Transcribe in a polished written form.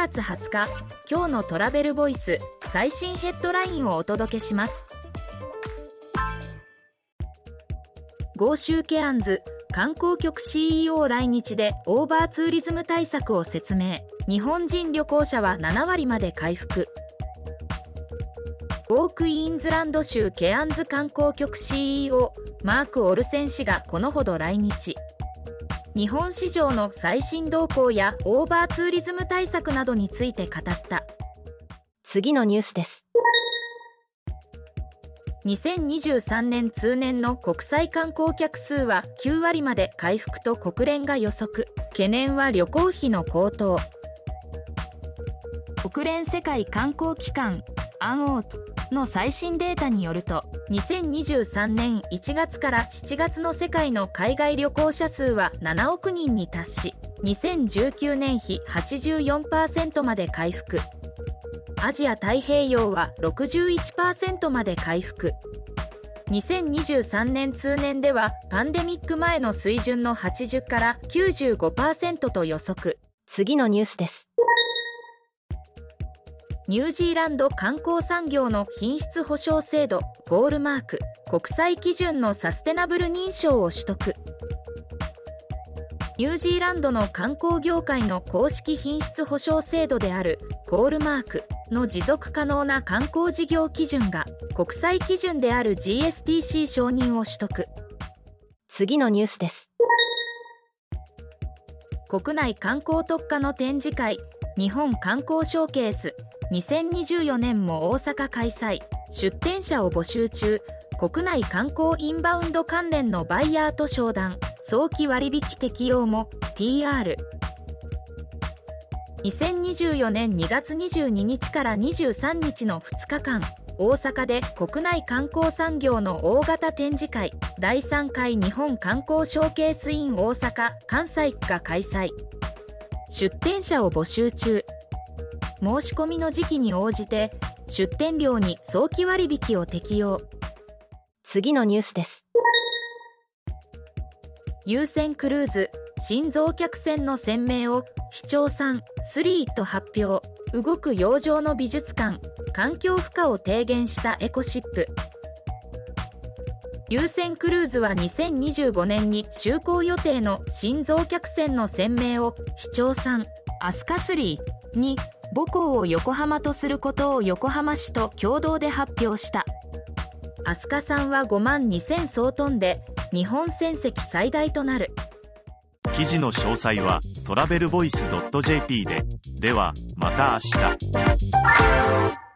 月20日、今日のトラベルボイス最新ヘッドラインをお届けします。ゴーシュー・ケアンズ観光局 CEO 来日でオーバーツーリズム対策を説明。日本人旅行者は7割まで回復。オークイーンズランド州ケアンズ観光局 CEO マーク・オルセン氏がこのほど来日。日本市場の最新動向やオーバーツーリズム対策などについて語った。 次のニュースです。 2023年通年の国際観光客数は9割まで回復と国連が予測。懸念は旅行費の高騰。国連世界観光機関 UNOTO の最新データによると、2023年1月から7月の世界の海外旅行者数は7億人に達し、2019年比 84% まで回復。アジア太平洋は 61% まで回復。2023年通年ではパンデミック前の水準の80から 95% と予測。 次のニュースです。 ニュージーランド観光産業の品質保証制度ゴールマーク国際基準のサステナブル認証を取得。ニュージーランドの観光業界の公式品質保証制度であるゴールマークの持続可能な観光事業基準が国際基準である GSTC 承認を取得。 次のニュースです。 国内観光特化の展示会日本観光ショーケース2024年も大阪開催。出展者を募集中。国内観光インバウンド関連のバイヤーと商談。早期割引適用も PR。2024年2月22日から23日の2日間、大阪で国内観光産業の大型展示会第3回日本観光ショーケース in 大阪・関西が開催。出展者を募集中。申し込みの時期に応じて出展料に早期割引を適用。 次のニュースです。 優先クルーズ新増客船の船名を市長3と発表。動く洋上の美術館環境負荷を低減したエコシップ。優先クルーズは2025年に就航予定の新増客船の船名を市長3飛鳥3に母港を横浜とすることを横浜市と共同で発表した。飛鳥さんは5万2000総トンで日本船籍最大となる。 記事の詳細はトラベルボイス .jp で。ではまた明日。